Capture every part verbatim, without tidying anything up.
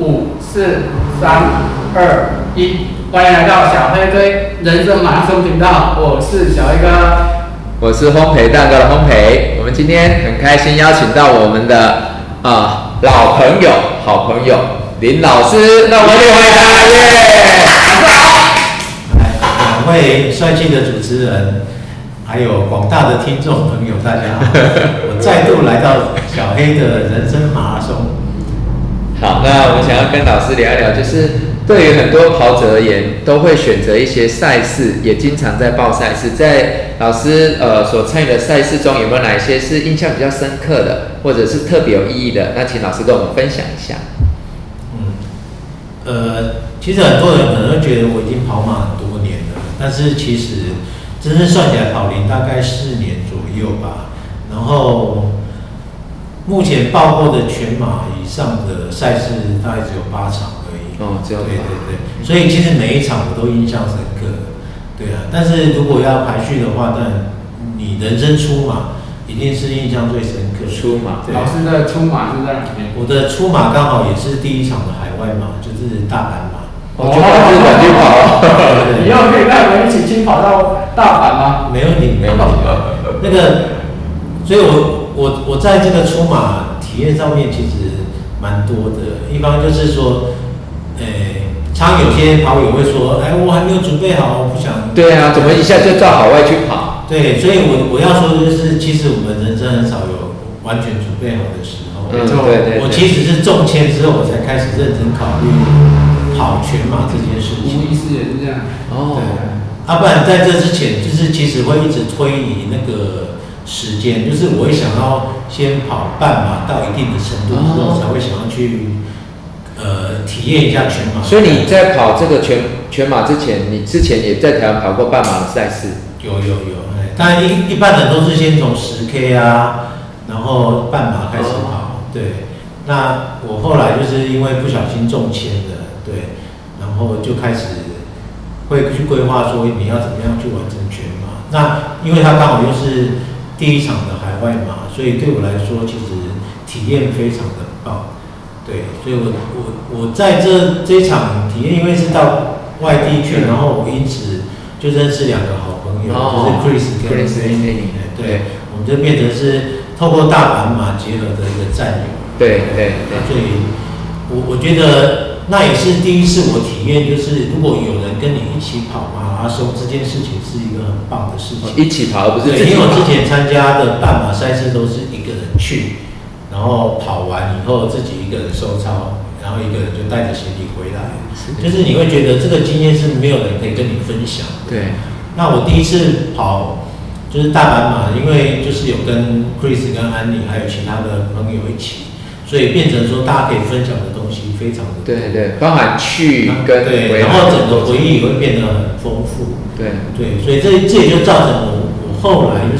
五、四、三、二、一，欢迎来到小黑龟人生马拉松频道，我是小黑哥， 我是烘焙蛋哥的烘焙。我们今天很开心邀请到我们的啊、呃、老朋友、好朋友林老师，那我们欢迎他，耶！老师好。 两位帅气的主持人，还有广大的听众朋友，大家好！我再度来到小黑的人生马拉松。 好，那我们想要跟老师聊一聊，就是对于很多跑者而言，都会选择一些赛事，也经常在报赛事。在老师呃所参与的赛事中，有没有哪一些是印象比较深刻的，或者是特别有意义的？那请老师跟我们分享一下。 嗯，呃，其实很多人可能会觉得我已经跑马很多年了，但是其实真正算起来跑龄大概四年左右吧。然后目前报过的全马以上的赛事大概只有八场而已。 哦，只有八。 对对对，所以其实每一场我都印象深刻。对啊，但是如果要排序的话，但你人生出马一定是印象最深刻的。 出马， 老师的出马是在哪边？ 我的出马刚好也是第一场的海外马，就是大阪马。 我就到日本去跑。 以后可以带我们一起去跑到大阪吗？ 没问题，没问题。那个，所以我我我在这个出马体验上面其实蛮多的。一方就是说，诶、欸，常有些跑友会说，哎，我还没有准备好，我不想。 对啊，怎么一下就到海外去跑？ 对，所以我我要说的就是，其实我们人生很少有完全准备好的时候。 嗯，对对对。 我其实是中签之后，我才开始认真考虑跑全马这件事情。 无意识也是这样。 哦。对。啊，不然在这之前，就是其实会一直推移那个时间，就是我会想要先跑半马到一定的程度之后，才会想要去呃体验一下全马。 所以你在跑这个全全马之前，你之前也在台湾跑过半马的赛事？ 有有有，哎，当然一一般人都是先从十 K 啊，然后半马开始跑。哦、对，那我后来就是因为不小心中签了，对，然后就开始会去规划说你要怎么样去完成全马。那因为它刚好又是第一场的海外马，所以对我来说其实体验非常的棒。对，所以我我我在这这一场体验，因为是到外地去，然后我因此就认识两个好朋友，哦、就是 Chris 跟 Annie， 对，我们就变成是透过大阪马结合的一个战友。 对对对， 所以我我觉得那也是第一次我体验，就是如果有人跟你一起跑马拉松这件事情是一个很棒的事情。 一起跑，而不是自己跑。 因为我之前参加的半马赛事都是一个人去，然后跑完以后自己一个人收操，然后一个人就带着行李回来，就是你会觉得这个经验是没有人可以跟你分享的。 对。那我第一次跑就是大阪马，因为就是有跟 Chris 跟安妮还有其他的朋友一起，所以变成说大家可以分享的东西非常的多。 对对，包含去跟对，然后整个回忆也会变得很丰富。 对对，所以这这也就造成我我后来就是，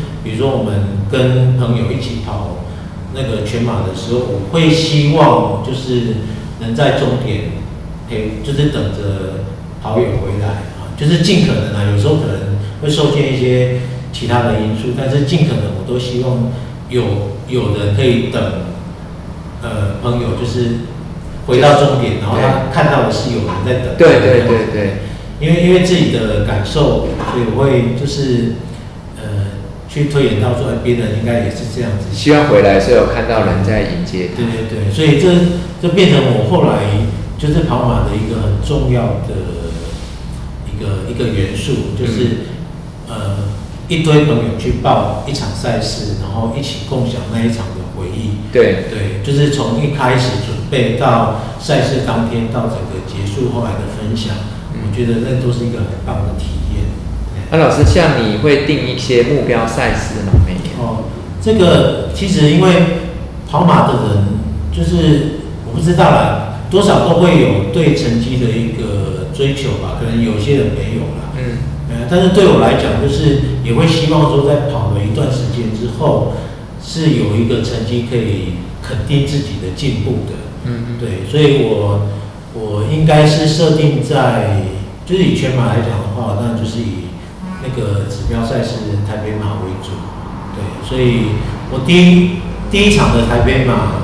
比如说我们跟朋友一起跑那个全马的时候，我会希望就是能在终点陪，就是等着跑友回来啊，就是尽可能啊，有时候可能会受限一些其他的因素，但是尽可能我都希望有有人可以等，呃，朋友就是回到终点，然后他看到的是有人在等。 对对对对。 因为因为自己的感受，所以我会就是呃去推演到说，别人应该也是这样子。 希望回来是有看到人在迎接。 对对对，所以这这变成我后来就是跑马的一个很重要的一个一个元素，就是、嗯、呃一堆朋友去报一场赛事，然后一起共享那一场的回忆。 对对，就是从一开始准备到赛事当天到整个结束后来的分享。我觉得那都是一个很棒的体验。 那、啊、老师，像你会定一些目标赛事吗？每年？ 哦，这个其实因为跑马的人，就是我不知道啦，多少都会有对成绩的一个追求吧，可能有些人没有啦。嗯。呃，但是对我来讲，就是也会希望说，在跑了一段时间之后，是有一个成绩可以肯定自己的进步的。嗯。对，所以我我应该是设定在。就是以全马来讲的话，那就是以那个指标赛事台北马为主，对，所以我第一第一场的台北马，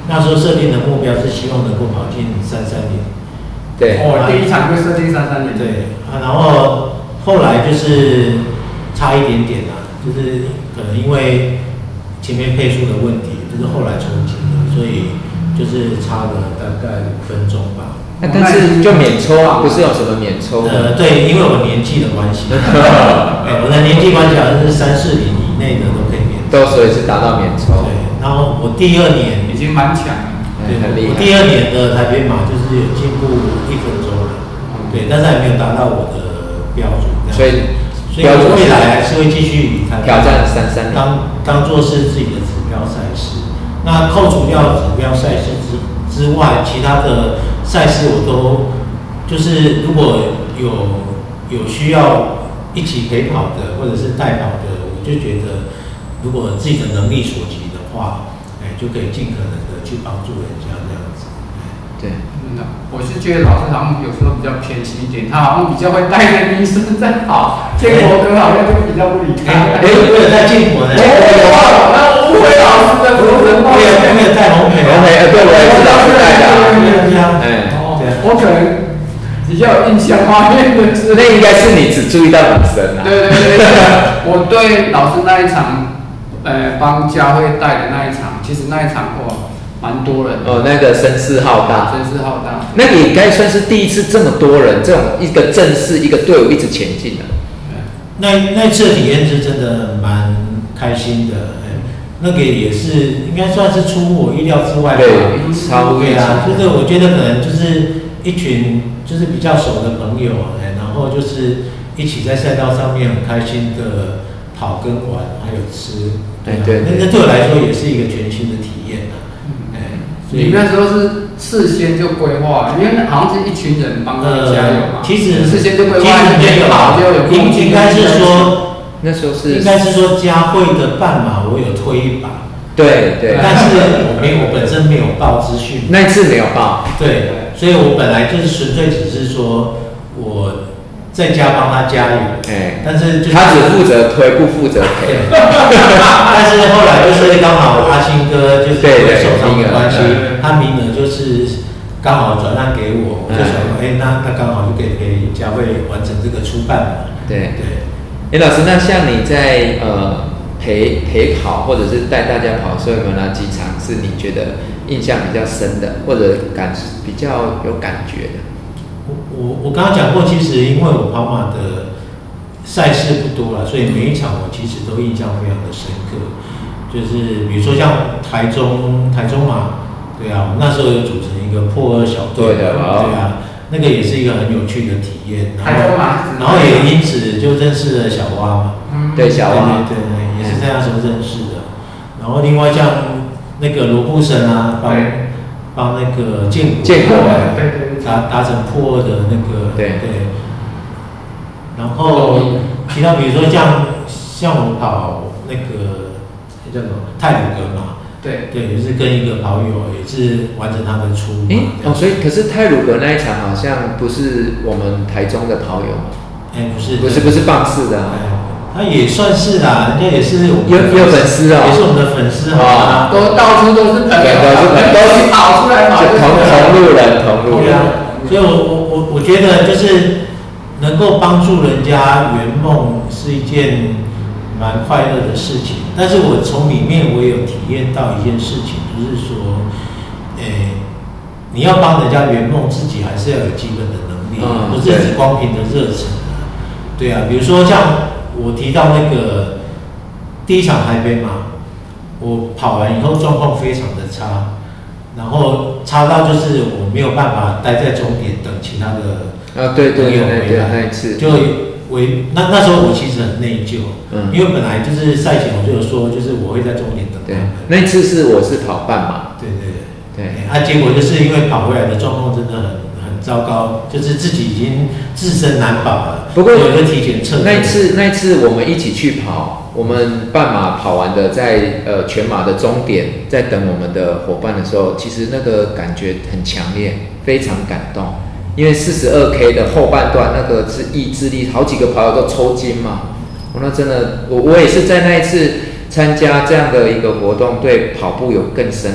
那时候设定的目标是希望能够跑进三三零。 对， 哦，第一场就设定三三零。 对啊，然后后来就是差一点点啦，就是可能因为前面配速的问题，就是后来重进的，所以就是差了大概五分钟吧。 那但是就免抽啊，不是有什么免抽？ 呃，对，因为我年纪的关系，哎，我的年纪关系好像是三四零以内的都可以免抽， 都所以是达到免抽。 对，然后我第二年已经蛮强了。 对， 很厉害。 我第二年的台北马就是有进步一分钟了，对，但是还没有达到我的标准， 所以所以我未来还是会继续以台北挑战三三零， 当当做是自己的指标赛事。那扣除掉指标赛事之之外，其他的赛事我都就是如果有有需要一起陪跑的或者是代跑的，我就觉得如果自己的能力所及的话，哎，就可以尽可能的去帮助人家这样子。 对， 嗯，我是觉得老师好像有时候比较偏心一点，他好像比较会带着名声在跑，建国哥好像就比较不理他。 哎，为了在建国呢， 我有啊，那误会老师的不是我也我也带红培， 红培，呃，对，我也是老师带的啊。 哎， 我可能比较有印象画面的是， 那应该是你只注意到女生啊。 对对对对，我对老师那一场，呃，帮佳慧带的那一场，其实那一场哇，蛮多人的。 哦，那个声势浩大， 声势浩大。 那个也该算是第一次这么多人，这种一个阵势一个队伍一直前进的。 那那次的体验是真的蛮开心的，哎，那个也是应该算是出乎我意料之外的。 对，超乎预期。 啊，就是我觉得可能就是一群就是比较熟的朋友，哎，然后就是一起在赛道上面很开心的跑跟玩，还有吃。 哎，对， 那那对我来说也是一个全新的体验啊。哎， 你那时候是事先就规划，因为好像是一群人帮他加油嘛。 其实事先就规划， 其实没有， 跑就有应应该是说那时候是应该是说佳慧的半马我有推一把。 对对， 但是我没有，我本身没有报资讯， 那一次没有报， 对，所以我本来就是纯粹只是说我在家帮他加油， 哎， 但是、就是、 他只负责推，不负责赔。 但是后来就是刚好阿星哥就是因为受伤的关系，他名额就是刚好转让给我，我就想说，哎、欸，那那刚好就可以陪佳慧完成这个初半嘛。 对对， 哎、欸，老师，那像你在呃。陪陪跑或者是带大家跑的时候，有没有哪几场是你觉得印象比较深的，或者感比较有感觉的？ 我我我刚刚讲过，其实因为我跑马的赛事不多了，所以每一场我其实都印象非常的深刻。就是比如说像台中台中马，对啊，我们那时候有组成一个破二小队， 对的， 对啊，那个也是一个很有趣的体验。 台中马， 然后也因此就认识了小蛙嘛， 嗯，对小蛙， 对对对。也是在那时候认识的，然后另外像那个罗布森啊，帮帮那个建国， 建国对对，达达成破二的那个， 对对。然后其他比如说像像我们跑那个叫什么太鲁阁嘛， 对对，就是跟一个跑友也是完成他的初马。 哎、哦，所以可是太鲁阁那一场好像不是我们台中的跑友， 哎，不是， 不是不是放肆的、啊。 他也算是啦，人家也是我们有有粉丝哦， 也是我们的粉丝哈， 都到处都是朋友， 都是朋友， 都是跑出来跑， 同同路人，同路人。 所以我我我我觉得就是能够帮助人家圆梦是一件蛮快乐的事情，但是我从里面我也有体验到一件事情，就是说，诶，你要帮人家圆梦，自己还是要有基本的能力， 嗯、 不是只光凭着热忱啊。对啊，比如说像。我提到那个第一场台北马，我跑完以后状况非常的差，然后差到就是我没有办法待在终点等其他的啊，对对对对，那一次就为那那时候我其实很内疚，嗯，因为本来就是赛前我就有说，就是我会在终点等他们。 那一次是我是跑半马， 对对对， 对，啊，结果就是因为跑回来的状况真的很。很糟糕，就是自己已经自身难保了。 不过有一个提前撤退。 那一次，那一次我们一起去跑，我们半马跑完的在，在呃全马的终点，在等我们的伙伴的时候，其实那个感觉很强烈，非常感动。因为四十二 K 的后半段，那个是意志力，好几个跑友都抽筋嘛。我那真的，我我也是在那一次参加这样的一个活动，对跑步有更深的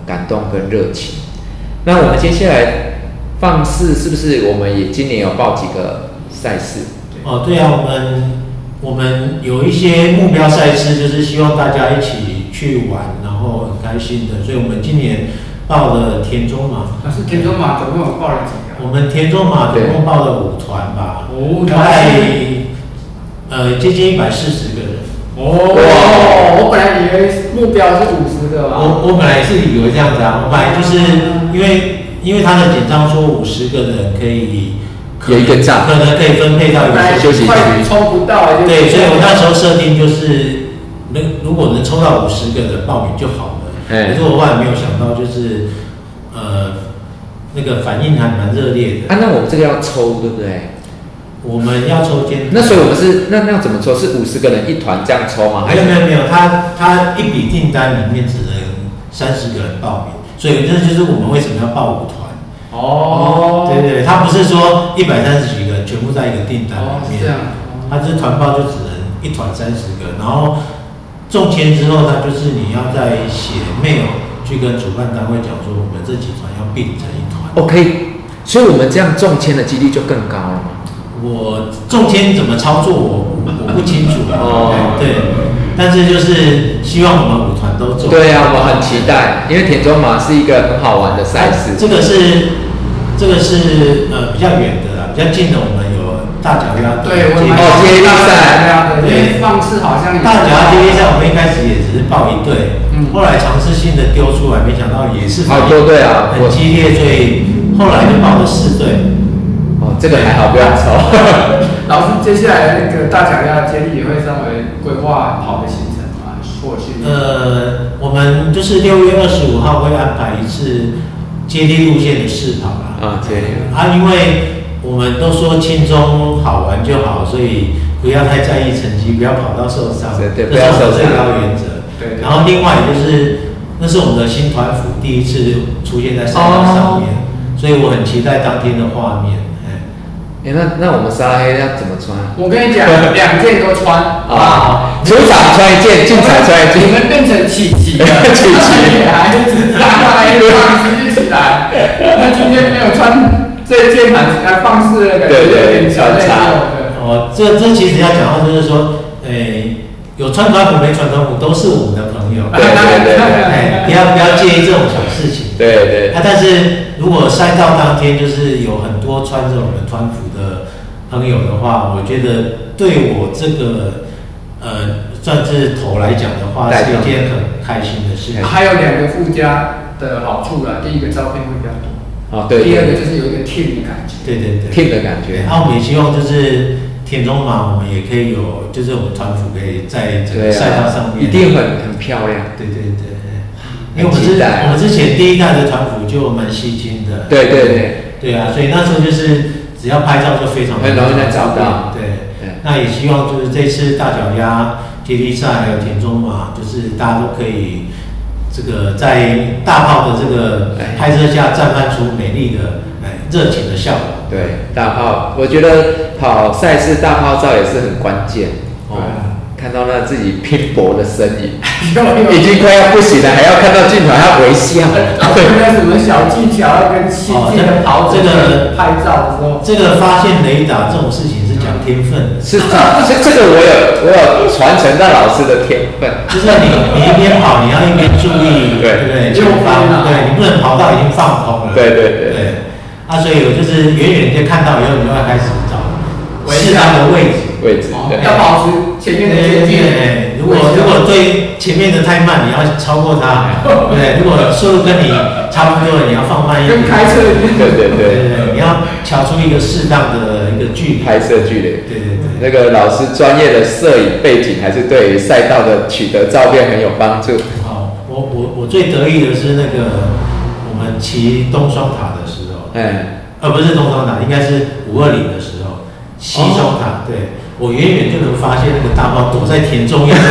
感动跟热情。那我们接下来放肆是不是我们也今年有报几个赛事？ 哦，对啊，我们我们有一些目标赛事，就是希望大家一起去玩，然后很开心的，所以我们今年报了田中马。 那是田中马总共有报了几个？ 我们田中马总共报了五团吧， 五大概呃接近一百四十个人。 哦，我本来以为目标是五十个嘛。 我我本来是以为这样子啊，我本来就是因为因为他的简章说五十个人可以有一个站， 可能可以分配到一个休息区， 抽不到。 对，所以我那时候设定就是能如果能抽到五十个人报名就好了。可是我后来没有想到，就是呃那个反应还蛮热烈的。 啊，那我们这个要抽对不对？ 我们要抽签， 那所以我们是那那要怎么抽？是五十个人一团这样抽吗？ 没有没有没有，他他一笔订单里面只能三十个人报名，所以这就是我们为什么要报五团。 哦， 对对，他不是说一百三十几个人全部在一个订单里面， 哦、 他这团报就只能一团三十个，然后中签之后，他就是你要再写 mail 去跟主办单位讲说，我们这几团要并成一团。 OK， 所以我们这样中签的几率就更高了嘛。 我中签怎么操作我我不清楚哦，对，但是就是希望我们五团都中。 对啊，我们很期待，因为田中马是一个很好玩的赛事。 这个是这个是呃比较远的啦，比较近的我们有大脚丫对，我们哦接力赛， 对，放肆好像大脚丫接力赛，我们一开始也只是报一队，嗯，后来尝试性的丢出来，没想到也是好多队啊， 很激烈，所以后来就报了四队。 哦，这个还好，不要抽。 老师，接下来那个大脚丫接力也会稍微规划跑的行程吗？或是呃，我们就是六月二十五号会安排一次接力路线的试跑啦。 啊，接力啊，因为我们都说轻松好玩就好，所以不要太在意成绩，不要跑到受伤， 对对，不要受伤， 最高原则。 对。 然后另外就是那是我们的新团服第一次出现在赛道上面，哦、所以我很期待当天的画面。 哎、欸，那那我们沙拉黑要怎么穿？ 我跟你讲，两件都穿啊，出场穿一件，进场穿一件。 你们变成起起了， 起起， 还是沙拉黑放肆起来。那今天没有穿这件，还放肆那个， 对对，穿插。 哦，这这其实要讲到就是说，诶、欸，有穿团服没穿团服都是我们的朋友。 对对对对， 哎，不要不要介意这种小事情。 对对。 啊，但是如果赛道当天就是有很多穿着我们团服的朋友的话，我觉得对我这个呃算是头来讲的话，是一件很开心的事情。 还有两个附加的好处啦，第一个照片会比较多， 哦对。 第二个就是有一个 team 的感觉。 对对对 ，team 的感觉。 那、啊、我们也希望就是田中马，我们也可以有，就是我们团服可以在整个赛道上面， 一定很很漂亮。 对对对。因为我们之我们之前第一代的团服就蛮吸睛的， 对对对， 对啊，所以那时候就是只要拍照就非常很容易找到， 对对。那也希望就是这次大脚丫接力赛还有田中马，就是大家都可以这个在大炮的这个拍摄下绽放出美丽的哎热情的笑容。 对，大炮，我觉得跑赛事大炮照也是很关键哦。看到那自己拼搏的身影，已经快要不行了，还要看到镜头还要微笑。 有没有什么小技巧要跟细致的跑者拍照的时候？ 这个发现雷达这种事情是讲天分的， 是是这个我有我有传承到老师的天分， 就是你你一边跑，你要一边注意，对不对？前方，对你不能跑到已经放空了。 对对对对。 啊，所以我就是远远就看到以后，你就会开始找适当的位置。 位置对， 要保持前面的接近。 如果如果对前面的太慢，你要超过他。对，如果速度跟你差不多，你要放慢一点。 跟开车一样。 对对对对，你要调出一个适当的一个距离， 拍摄距离。 对对对。 那个老师专业的摄影背景，还是对于赛道的取得照片很有帮助。 好，我我我最得意的是那个我们骑东双塔的时候， 哎， 呃，不是东双塔，应该是五二零的时候，西双塔，对。我远远就能发现那个大炮躲在田中央，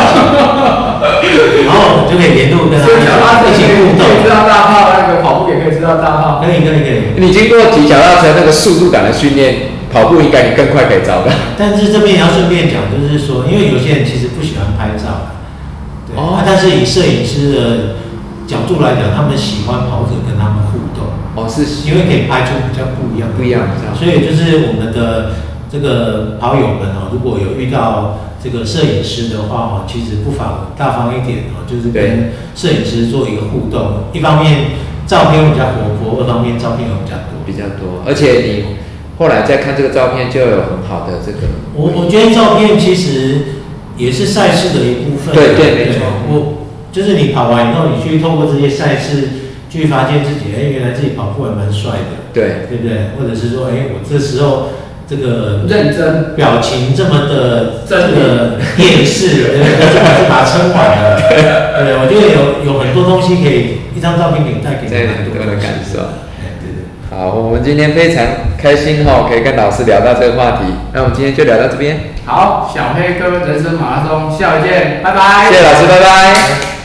然后我就可以沿路跟他一起互动。 可以知道大炮那个跑步也可以知道大炮。 可以可以可以。 你经过骑脚踏车那个速度感的训练，跑步应该你更快可以找到。 但是这边也要顺便讲，就是说，因为有些人其实不喜欢拍照，对、哦啊、但是以摄影师的角度来讲，他们喜欢跑者跟他们互动。 哦，是因为可以拍出比较不一样的不一样， 所以就是我们的这个跑友们哦，如果有遇到这个摄影师的话哦，其实不妨大方一点哦，就是跟摄影师做一个互动。一方面照片会比较活泼，二方面照片有比较多， 比较多。而且你后来再看这个照片，就有很好的这个。 我我觉得照片其实也是赛事的一部分。 对对，没错。 我就是你跑完以后，你去透过这些赛事。去发现自己，哎，原来自己跑步还蛮帅的， 对， 对不对？或者是说，哎，我这时候这个认真， 表情这么的这个厌世，对不对？就把就把它撑完了，对，我觉得有有很多东西可以，一张照片可以带给你很多的感受。 哎，对对。 好，我们今天非常开心哈，可以跟老师聊到这个话题。那我们今天就聊到这边。 好，小黑哥人生马拉松，下回见，拜拜。 谢谢老师，拜拜。